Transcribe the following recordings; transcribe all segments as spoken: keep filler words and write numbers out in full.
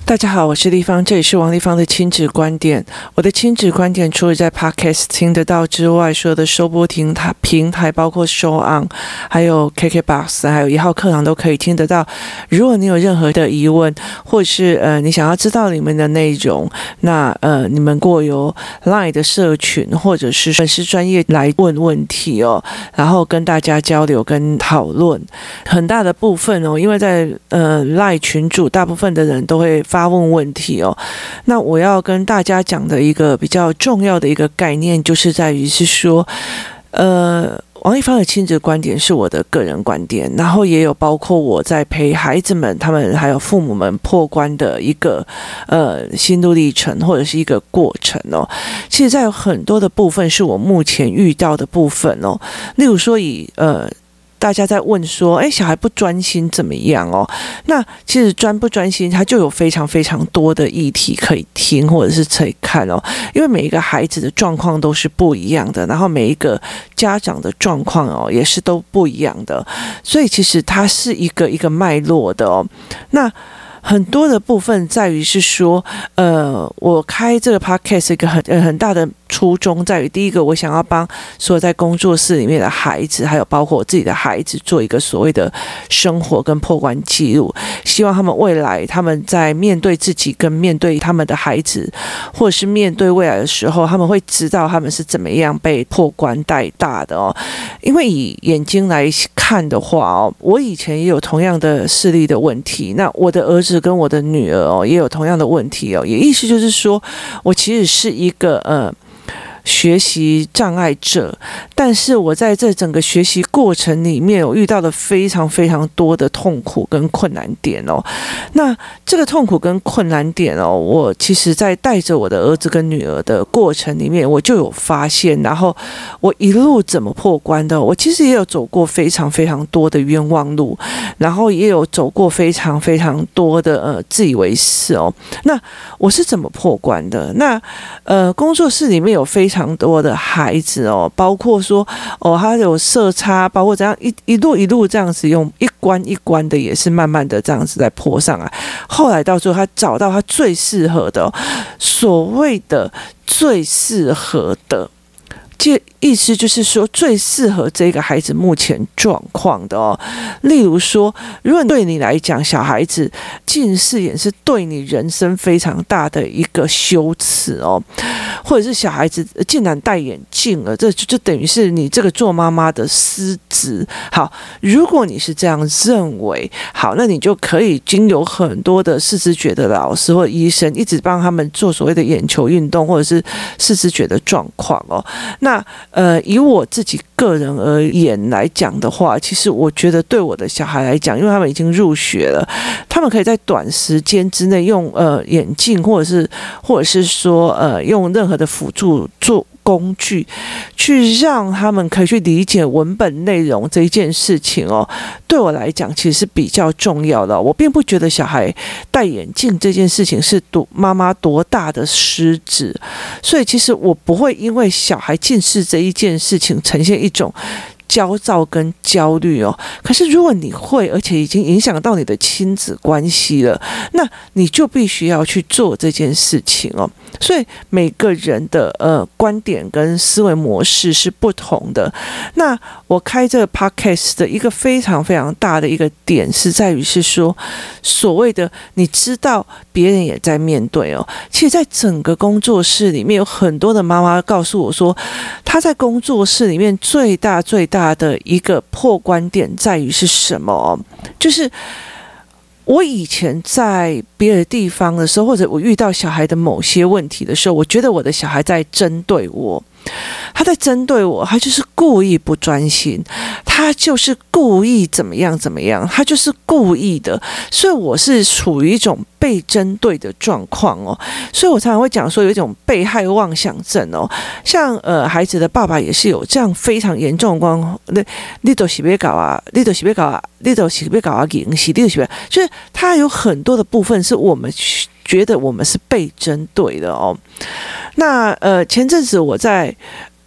大家好，我是立方，这里是王立方的亲子观点。我的亲子观点除了在 Podcast 听得到之外，所有的收播平台平台包括 ShowOn 还有 K K B O X 还有一号课堂都可以听得到。如果你有任何的疑问，或者是呃你想要知道里面的内容，那呃你们过由 Line 的社群或者是粉丝专业来问问题哦，然后跟大家交流跟讨论。很大的部分哦，因为在呃 Line 群组大部分的人都会发问问题哦，那我要跟大家讲的一个比较重要的一个概念，就是在于是说，呃，王一芳的亲子观点是我的个人观点，然后也有包括我在陪孩子们、他们还有父母们破关的一个呃心路历程或者是一个过程哦。其实，在有很多的部分是我目前遇到的部分哦，例如说以呃。大家在问说，哎，小孩不专心怎么样哦？那其实专不专心，他就有非常非常多的议题可以听或者是可以看哦。因为每一个孩子的状况都是不一样的，然后每一个家长的状况哦也是都不一样的，所以其实它是一个一个脉络的哦。那很多的部分在于是说，呃，我开这个 podcast 一个很呃很大的初衷在于，第一个，我想要帮所有在工作室里面的孩子，还有包括我自己的孩子，做一个所谓的生活跟破关记录，希望他们未来他们在面对自己跟面对他们的孩子，或者是面对未来的时候，他们会知道他们是怎么样被破关带大的哦。因为以眼睛来看的话哦，我以前也有同样的视力的问题，那我的儿子跟我的女儿哦也有同样的问题哦，也意思就是说我其实是一个呃学习障碍者，但是我在这整个学习过程里面，我遇到了非常非常多的痛苦跟困难点哦。那这个痛苦跟困难点哦，我其实在带着我的儿子跟女儿的过程里面，我就有发现，然后我一路怎么破关的，我其实也有走过非常非常多的冤枉路，然后也有走过非常非常多的呃自以为是哦。那我是怎么破关的？那呃工作室里面有非常非常多的孩子哦，包括说哦，他有色差，包括怎样一一路一路这样子用一关一关的，也是慢慢的这样子在破上来。后来到最后，他找到他最适合的、哦，所谓的最适合的。这意思就是说，最适合这个孩子目前状况的哦。例如说，如果对你来讲，小孩子近视眼是对你人生非常大的一个羞耻哦，或者是小孩子竟然戴眼镜了，这就就等于是你这个做妈妈的失职。好，如果你是这样认为，好，那你就可以经由很多的视知觉的老师或医生，一直帮他们做所谓的眼球运动，或者是视知觉的状况哦。那呃，以我自己个人而言来讲的话，其实我觉得对我的小孩来讲，因为他们已经入学了，他们可以在短时间之内用呃眼镜，或者是或者是说呃用任何的辅助做工具，去让他们可以去理解文本内容这一件事情哦。对我来讲，其实是比较重要的。我并不觉得小孩戴眼镜这件事情是多妈妈多大的失职，所以其实我不会因为小孩近视这一件事情呈现一种焦躁跟焦虑哦。可是如果你会，而且已经影响到你的亲子关系了，那你就必须要去做这件事情哦。所以每个人的呃观点跟思维模式是不同的。那我开这个 podcast 的一个非常非常大的一个点是在于是说，所谓的你知道别人也在面对哦。其实在整个工作室里面有很多的妈妈告诉我说，她在工作室里面最大最大的一个破关点在于是什么哦？就是我以前在别的地方的时候，或者我遇到小孩的某些问题的时候，我觉得我的小孩在针对我，他在针对我，他就是故意不专心，他就是故意怎么样怎么样，他就是故意的，所以我是处于一种被针对的状况哦，所以我常常会讲说有一种被害妄想症哦，像呃孩子的爸爸也是有这样非常严重的光，你你都是要搞啊，你都是要搞啊，你都是要搞啊，影戏，你都是要，就是他有很多的部分是我们觉得我们是被针对的哦。那呃前阵子我在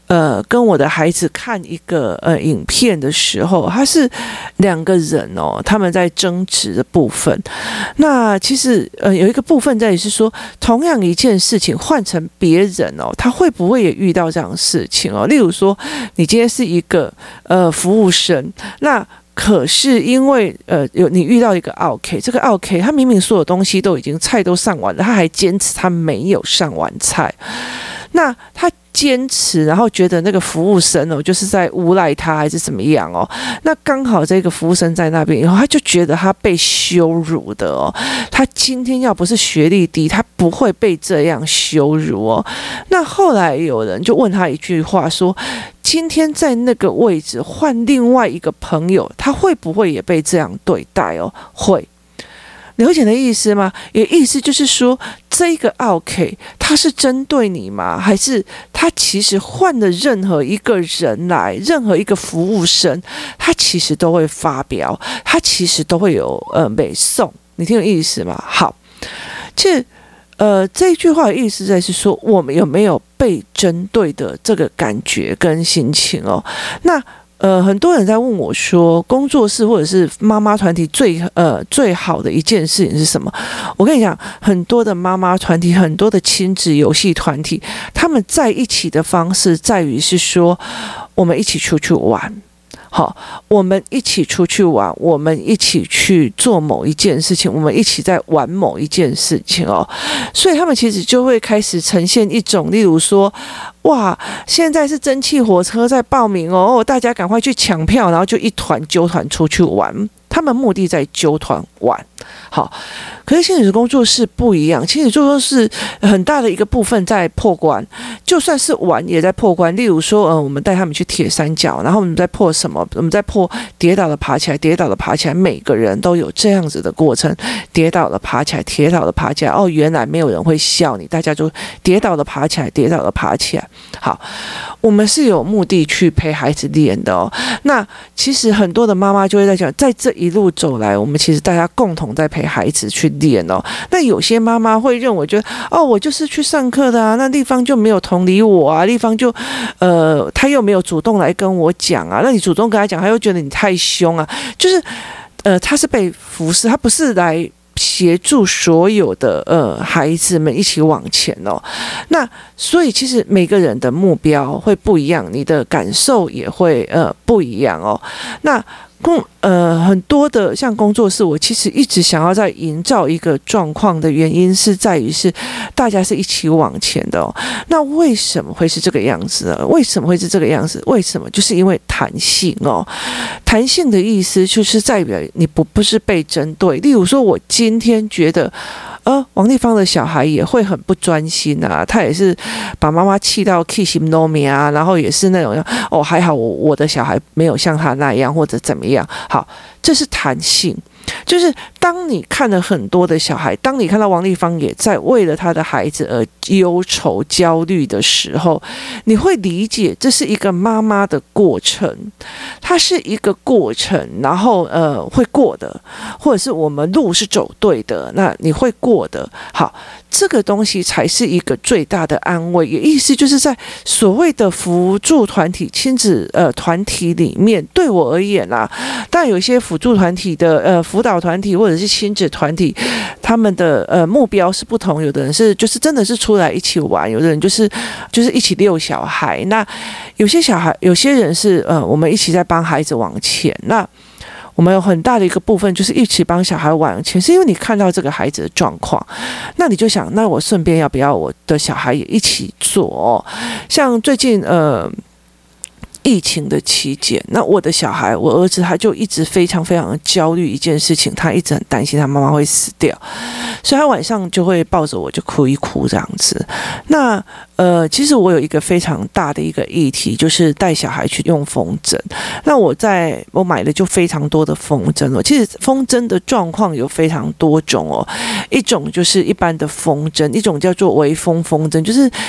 呃跟我的孩子看一个呃影片的时候，他是两个人哦，他们在争执的部分。那其实呃有一个部分在于是说，同样一件事情换成别人哦，他会不会也遇到这样的事情哦？例如说，你今天是一个呃服务生，那可是因为呃有你遇到一个 OK， 这个 OK 他明明所有东西都已经菜都上完了，他还坚持他没有上完菜，那他坚持，然后觉得那个服务生哦就是在诬赖他还是怎么样哦，那刚好这个服务生在那边以后，他就觉得他被羞辱的哦，他今天要不是学历低，他不会被这样羞辱哦。那后来有人就问他一句话说，今天在那个位置换另外一个朋友，他会不会也被这样对待哦？会。了解的意思吗？也意思就是说，这个 OK 他是针对你吗？还是他其实换了任何一个人来，任何一个服务生，他其实都会发飙，他其实都会有呃美送，你听有意思吗？好，其实呃这句话的意思在是说，我们有没有被针对的这个感觉跟心情哦？那呃，很多人在问我说，工作室或者是妈妈团体最呃最好的一件事情是什么？我跟你讲，很多的妈妈团体，很多的亲子游戏团体，他们在一起的方式在于是说，我们一起出去玩。好，我们一起出去玩，我们一起去做某一件事情，我们一起在玩某一件事情哦，所以他们其实就会开始呈现一种，例如说，哇，现在是蒸汽火车在报名哦，大家赶快去抢票，然后就一团揪团出去玩。他们目的在揪团玩，好，可是亲子工作室不一样，亲子工作室很大的一个部分在破关，就算是玩也在破关。例如说，呃，我们带他们去铁三角，然后我们在破什么？我们在破跌倒了爬起来，跌倒了爬起来，每个人都有这样子的过程，跌倒了爬起来，跌倒了爬起来。哦，原来没有人会笑你，大家就跌倒了爬起来，跌倒了爬起来。好，我们是有目的去陪孩子练的哦。那其实很多的妈妈就会在讲，在这一路走来，我们其实大家共同在陪孩子去练哦。那有些妈妈会认为，觉得哦，我就是去上课的啊，那地方就没有同理我啊，地方就呃，他又没有主动来跟我讲啊，那你主动跟他讲，他又觉得你太凶啊，就是呃，他是被服侍，他不是来协助所有的呃孩子们一起往前哦。那所以其实每个人的目标会不一样，你的感受也会呃不一样哦。那工呃很多的像工作室，我其实一直想要在营造一个状况的原因是在于是大家是一起往前的哦。那为什么会是这个样子呢？为什么会是这个样子？为什么？就是因为弹性哦。弹性的意思就是代表你不不是被针对。例如说，我今天觉得。呃，王丽芳的小孩也会很不专心啊，他也是把妈妈气到气心都没啊，然后也是那种哦，还好我我的小孩没有像他那样或者怎么样。好，这是弹性，就是当你看了很多的小孩，当你看到王丽芳也在为了他的孩子而忧愁焦虑的时候，你会理解这是一个妈妈的过程，它是一个过程，然后呃会过的，或者是我们路是走对的，那你会过的。好，这个东西才是一个最大的安慰，也意思就是在所谓的辅助团体、亲子呃团体里面，对我而言啦，当然有一些辅助团体的呃辅导团体或者是亲子团体，他们的呃目标是不同，有的人是就是真的是出来一起玩，有的人就是就是一起遛小孩，那有些小孩有些人是呃我们一起在帮孩子往前，那我们有很大的一个部分就是一起帮小孩往前，是因为你看到这个孩子的状况，那你就想，那我顺便要不要我的小孩也一起做哦？像最近呃疫情的期间，那我的小孩，我儿子他就一直非常非常的焦虑一件事情，他一直很担心他妈妈会死掉，所以他晚上就会抱着我就哭一哭这样子。那呃，其实我有一个非常大的一个议题，就是带小孩去用风筝。那我在我买了就非常多的风筝哦。其实风筝的状况有非常多种哦，一种就是一般的风筝，一种叫做微风风筝，就是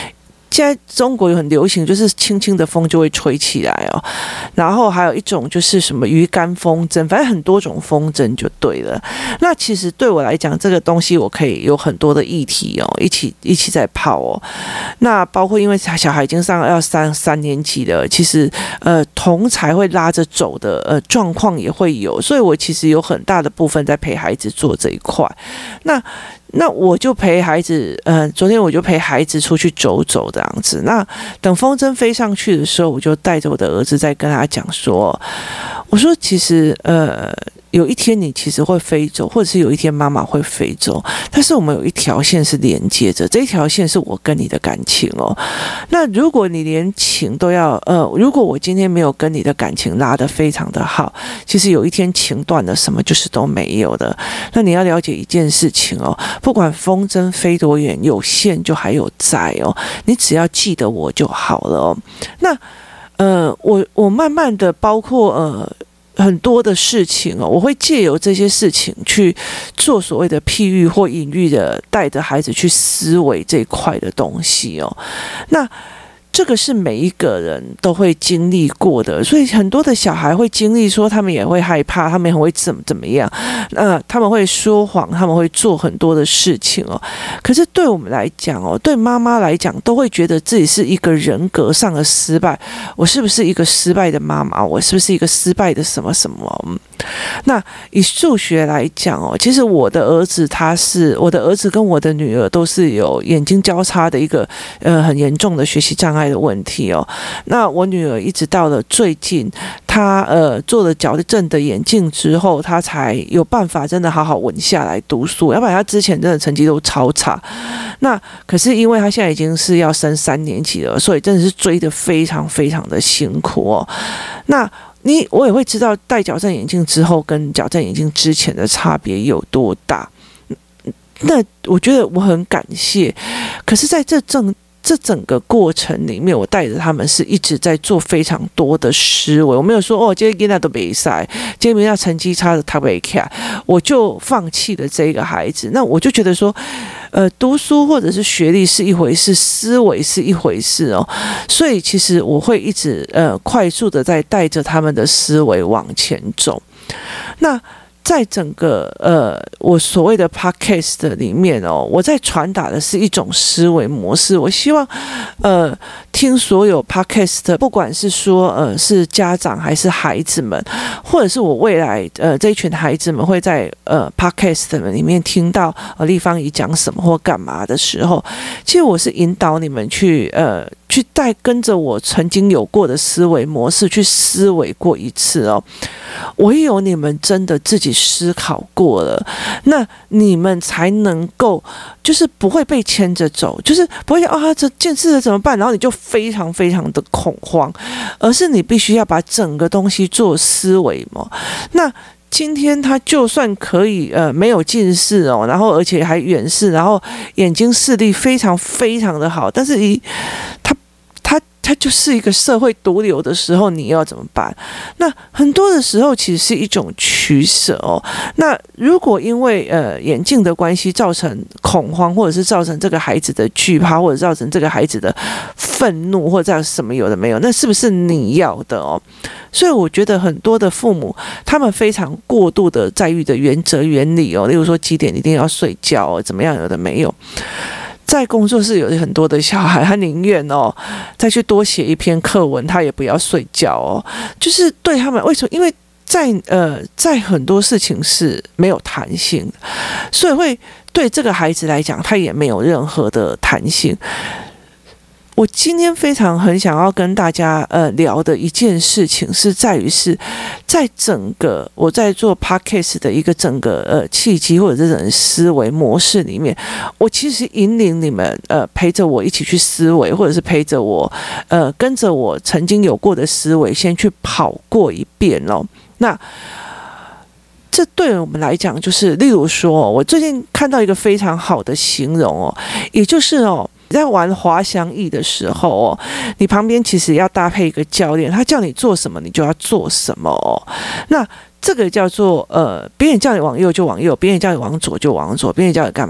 现在中国有很流行，就是轻轻的风就会吹起来哦。然后还有一种就是什么鱼竿风筝，反正很多种风筝就对了。那其实对我来讲，这个东西我可以有很多的议题哦，一起一起在泡哦。那包括因为小孩已经上要三三年级了，其实呃同才会拉着走的呃状况也会有，所以我其实有很大的部分在陪孩子做这一块。那那我就陪孩子，呃，昨天我就陪孩子出去走走这样子。那等风筝飞上去的时候，我就带着我的儿子在跟他讲说，我说其实呃。有一天你其实会飞走，或者是有一天妈妈会飞走，但是我们有一条线是连接着，这一条线是我跟你的感情哦。那如果你连情都要呃，如果我今天没有跟你的感情拉得非常的好，其实有一天情断了，什么就是都没有的。那你要了解一件事情哦，不管风筝飞多远，有线就还有在哦，你只要记得我就好了哦。那呃，我我慢慢的包括呃。很多的事情哦，我会借由这些事情去做所谓的譬喻或隐喻的，带着孩子去思维这一块的东西哦。那这个是每一个人都会经历过的，所以很多的小孩会经历说，他们也会害怕，他们也会怎么怎么样，呃，他们会说谎，他们会做很多的事情哦。可是对我们来讲哦，对妈妈来讲，都会觉得自己是一个人格上的失败，我是不是一个失败的妈妈？我是不是一个失败的什么什么？嗯，那以数学来讲哦，其实我的儿子他是我的儿子跟我的女儿都是有眼睛交叉的一个呃很严重的学习障碍的问题哦。那我女儿一直到了最近，她呃做了矫正的眼镜之后，她才有办法真的好好稳下来读书，要不然她之前真的成绩都超差。那可是因为她现在已经是要升三年级了，所以真的是追得非常非常的辛苦哦。那你我也会知道戴矫正眼镜之后跟矫正眼镜之前的差别有多大。那我觉得我很感谢，可是在这正这整个过程里面，我带着他们是一直在做非常多的思维。我没有说哦，今天跟他都没赛，今天人家成绩差的他没看，我就放弃了这个孩子。那我就觉得说，呃，读书或者是学历是一回事，思维是一回事哦。所以其实我会一直呃快速的在带着他们的思维往前走。那在整个呃我所谓的 podcast 里面哦，我在传达的是一种思维模式。我希望呃听所有 podcast， 不管是说呃是家长还是孩子们，或者是我未来呃这一群孩子们会在呃 podcast 里面听到呃立方姨讲什么或干嘛的时候，其实我是引导你们去呃去带跟着我曾经有过的思维模式去思维过一次哦。唯有你们真的自己思考过了，那你们才能够就是不会被牵着走，就是不会啊这件事怎么办，然后你就非常非常的恐慌，而是你必须要把整个东西做思维嘛。那今天他就算可以呃没有近视哦，然后而且还远视，然后眼睛视力非常非常的好，但是一他他他就是一个社会毒瘤的时候，你要怎么办？那很多的时候其实是一种取舍哦。那如果因为呃眼镜的关系造成恐慌，或者是造成这个孩子的惧怕，或者造成这个孩子的愤怒，或者什么有的没有，那是不是你要的哦？所以我觉得很多的父母他们非常过度的在意的原则原理哦，例如说几点一定要睡觉哦，怎么样有的没有。在工作室有很多的小孩，他宁愿哦再去多写一篇课文，他也不要睡觉哦。就是对他们为什么？因为在呃在很多事情是没有弹性的，所以会对这个孩子来讲，他也没有任何的弹性。我今天非常很想要跟大家呃聊的一件事情是在于是在整个我在做 podcast 的一个整个呃契机或者这种思维模式里面，我其实引领你们呃陪着我一起去思维，或者是陪着我呃跟着我曾经有过的思维先去跑过一遍哦。那这对我们来讲就是例如说，我最近看到一个非常好的形容哦，也就是哦你在玩滑翔翼的时候哦，你旁边其实要搭配一个教练，他叫你做什么你就要做什么哦。那这个叫做呃，别人叫你往右就往右，别人叫你往左就往左，别人叫你干嘛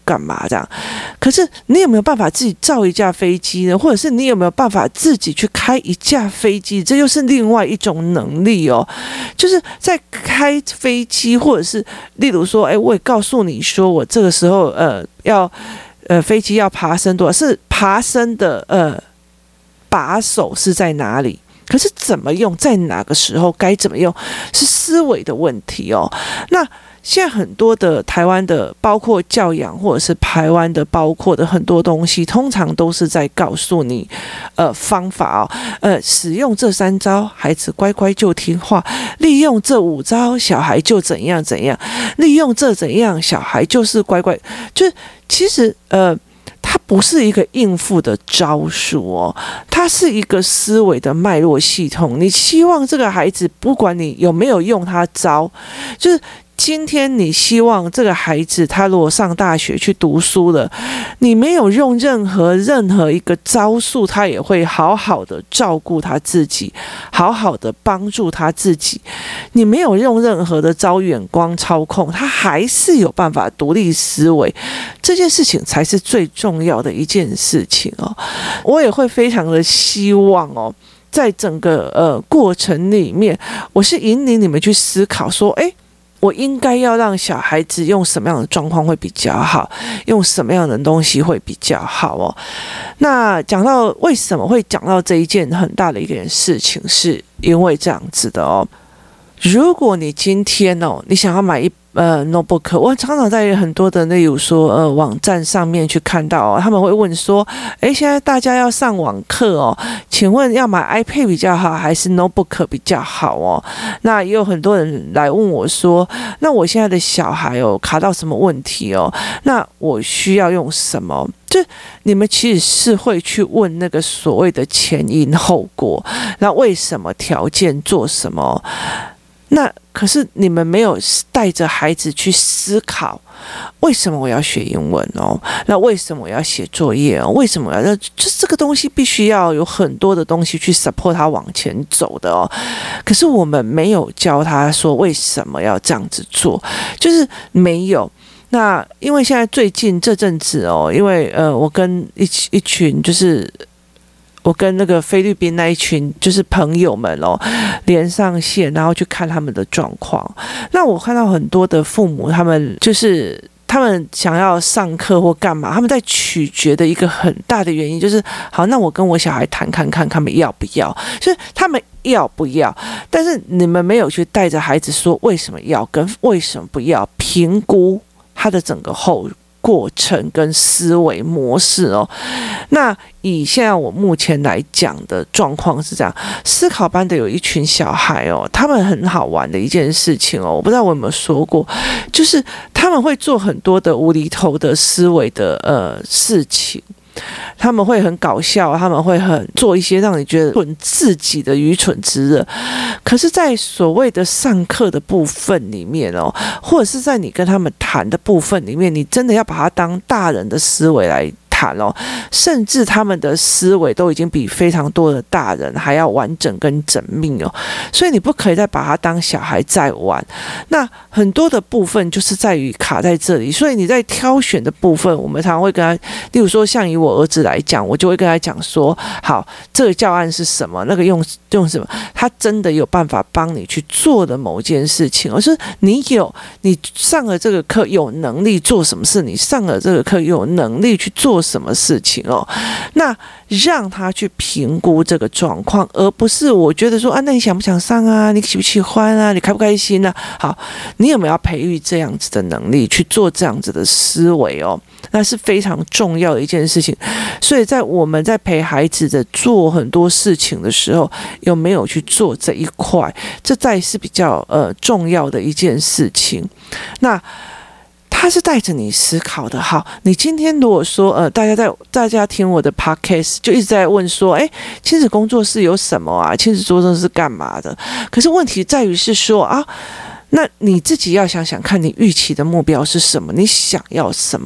干嘛这样。可是你有没有办法自己造一架飞机呢？或者是你有没有办法自己去开一架飞机？这又是另外一种能力哦。就是在开飞机，或者是例如说，哎，我也告诉你说，我这个时候呃要呃飞机要爬升多少，是爬升的呃把手是在哪里？可是怎么用，在哪个时候该怎么用，是思维的问题哦。那现在很多的台湾的，包括教养或者是台湾的，包括的很多东西，通常都是在告诉你，呃，方法哦，呃，使用这三招，孩子乖乖就听话；利用这五招，小孩就怎样怎样；利用这怎样，小孩就是乖乖。就是其实，呃。它不是一个应付的招数哦，它是一个思维的脉络系统。你希望这个孩子，不管你有没有用他招，就是今天你希望这个孩子他如果上大学去读书了，你没有用任何任何一个招数，他也会好好的照顾他自己，好好的帮助他自己。你没有用任何的招远光操控，他还是有办法独立思维。这件事情才是最重要的一件事情哦。我也会非常的希望哦，在整个呃过程里面，我是引领你们去思考说，诶，我应该要让小孩子用什么样的状况会比较好，用什么样的东西会比较好哦。那讲到为什么会讲到这一件很大的一件事情，是因为这样子的哦。如果你今天哦，你想要买一呃 notebook， 我常常在很多的例如说呃网站上面去看到哦，他们会问说，诶，现在大家要上网课哦，请问要买 iPad 比较好还是 notebook 比较好哦？那也有很多人来问我说，那我现在的小孩哦卡到什么问题哦？那我需要用什么？就你们其实是会去问那个所谓的前因后果，那为什么条件做什么？那可是你们没有带着孩子去思考，为什么我要学英文哦？那为什么我要写作业哦？为什么我要？就这个东西必须要有很多的东西去 support 他往前走的哦。可是我们没有教他说为什么要这样子做，就是没有。那因为现在最近这阵子哦，因为呃，我跟一一群就是。我跟那个菲律宾那一群就是朋友们哦连上线，然后去看他们的状况。那我看到很多的父母，他们就是他们想要上课或干嘛，他们在取决的一个很大的原因就是，好，那我跟我小孩谈看看，他们要不要？就是他们要不要？但是你们没有去带着孩子说为什么要跟为什么不要，评估他的整个后过程跟思维模式哦。那以现在我目前来讲的状况是这样，思考班的有一群小孩哦，他们很好玩的一件事情哦，我不知道我有没有说过，就是他们会做很多的无厘头的思维的呃事情。他们会很搞笑，他们会很做一些让你觉得蠢自己的愚蠢之热。可是在所谓的上课的部分里面哦，或者是在你跟他们谈的部分里面，你真的要把它当大人的思维来谈哦，甚至他们的思维都已经比非常多的大人还要完整跟缜密哦，所以你不可以再把它当小孩在玩。那很多的部分就是在于卡在这里，所以你在挑选的部分，我们常常会跟他，例如说像以我儿子来讲，我就会跟他讲说，好，这个教案是什么，那个用用什么，他真的有办法帮你去做的某件事情，而是你有你上了这个课有能力做什么事，你上了这个课有能力去做什么事情哦，那让他去评估这个状况，而不是我觉得说啊，那你想不想上啊？你喜不喜欢啊？你开不开心啊？好，你有没有要培育这样子的能力去做这样子的思维哦？那是非常重要的一件事情。所以在我们在陪孩子的做很多事情的时候，有没有去做这一块，这才是比较呃重要的一件事情。那他是带着你思考的。好，你今天如果说呃，大家在大家听我的 podcast 就一直在问说，哎，亲子工作室有什么啊？亲子工作室是干嘛的？可是问题在于是说啊，那你自己要想想看，你预期的目标是什么？你想要什么？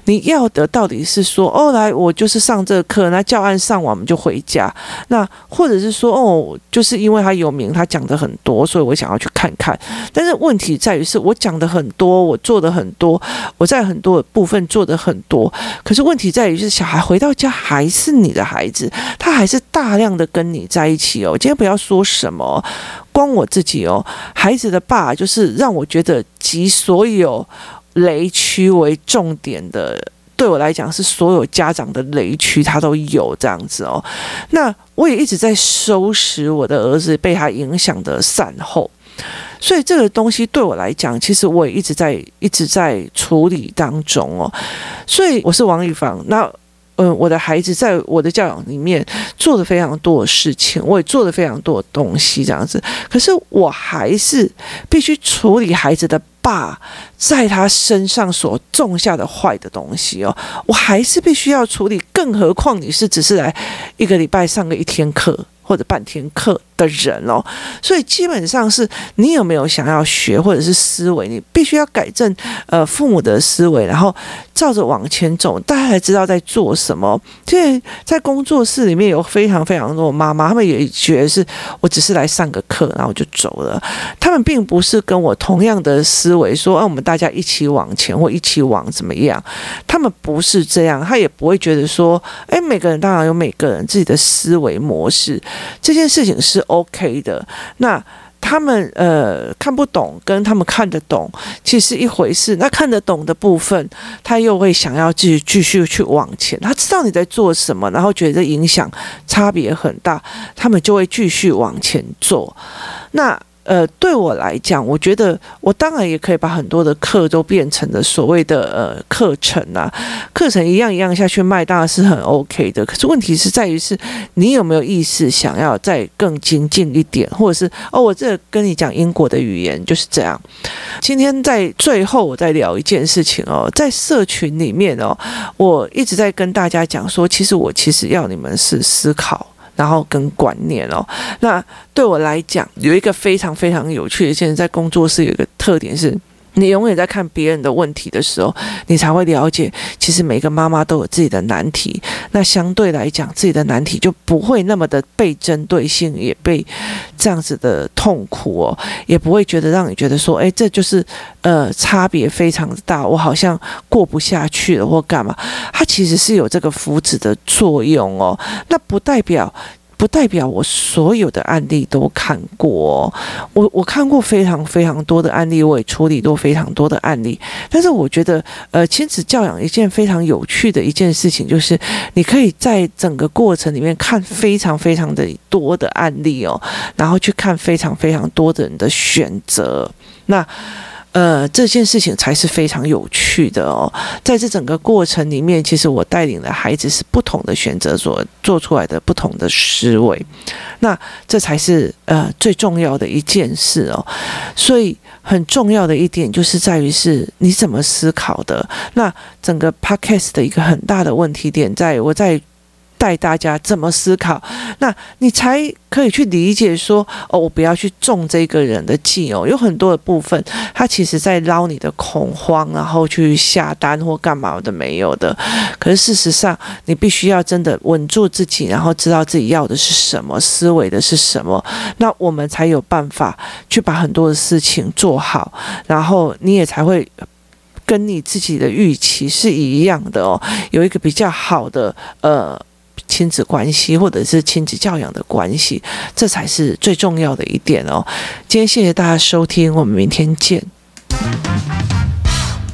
你要的到底是说，哦，来，我就是上这个课，那教案上完我们就回家，那或者是说，哦，就是因为他有名，他讲的很多，所以我想要去看看。但是问题在于是我讲的很多，我做的很多，我在很多的部分做的很多，可是问题在于是小孩回到家还是你的孩子，他还是大量的跟你在一起哦。今天不要说什么，光我自己哦，孩子的爸就是让我觉得集所有雷区为重点的，对我来讲是所有家长的雷区他都有这样子哦。那我也一直在收拾我的儿子被他影响的善后，所以这个东西对我来讲，其实我也一直在一直在处理当中哦。所以我是王丽芳，那嗯、呃，我的孩子在我的教养里面做了非常多的事情，我也做了非常多的东西这样子，可是我还是必须处理孩子的爸在他身上所种下的坏的东西哦，我还是必须要处理，更何况你是只是来一个礼拜上个一天课或者半天课的人哦，所以基本上是你有没有想要学或者是思维，你必须要改正呃父母的思维，然后照着往前走，大家才知道在做什么。因为在工作室里面有非常非常多的妈妈，他们也觉得是我只是来上个课然后我就走了，他们并不是跟我同样的思维说啊我们大家一起往前或一起往怎么样，他们不是这样，他也不会觉得说哎每个人当然有每个人自己的思维模式，这件事情是 OK 的。那他们呃看不懂跟他们看得懂其实是一回事，那看得懂的部分他又会想要继续继续去往前，他知道你在做什么，然后觉得影响差别很大，他们就会继续往前做。那呃，对我来讲，我觉得我当然也可以把很多的课都变成了所谓的呃课程啊，课程一样一样下去卖，当然是很 OK 的。可是问题是在于是，你有没有意识想要再更精进一点，或者是哦，我这跟你讲英国的语言就是这样。今天在最后我再聊一件事情哦，在社群里面哦，我一直在跟大家讲说，其实我其实要你们是思考。然后跟观念哦，那对我来讲有一个非常非常有趣的，现在在工作室有一个特点是，你永远在看别人的问题的时候，你才会了解，其实每个妈妈都有自己的难题。那相对来讲，自己的难题就不会那么的被针对性，也被这样子的痛苦哦，也不会觉得让你觉得说，哎，这就是呃差别非常大，我好像过不下去了或干嘛。它其实是有这个扶持的作用哦，那不代表。不代表我所有的案例都看过哦，我我看过非常非常多的案例，我也处理过非常多的案例。但是我觉得，呃，亲子教养一件非常有趣的一件事情，就是你可以在整个过程里面看非常非常的多的案例哦，然后去看非常非常多的人的选择。那呃，这件事情才是非常有趣的哦。在这整个过程里面，其实我带领的孩子是不同的选择所做出来的不同的思维，那这才是呃最重要的一件事哦。所以很重要的一点就是在于是你怎么思考的。那整个 podcast 的一个很大的问题点在于我在带大家怎么思考，那你才可以去理解说，哦，我不要去中这个人的计哦。有很多的部分，他其实在捞你的恐慌，然后去下单或干嘛的没有的。可是事实上，你必须要真的稳住自己，然后知道自己要的是什么，思维的是什么，那我们才有办法去把很多的事情做好，然后你也才会跟你自己的预期是一样的哦，有一个比较好的呃。亲子关系或者是亲子教养的关系，这才是最重要的一点哦。今天谢谢大家收听，我们明天见。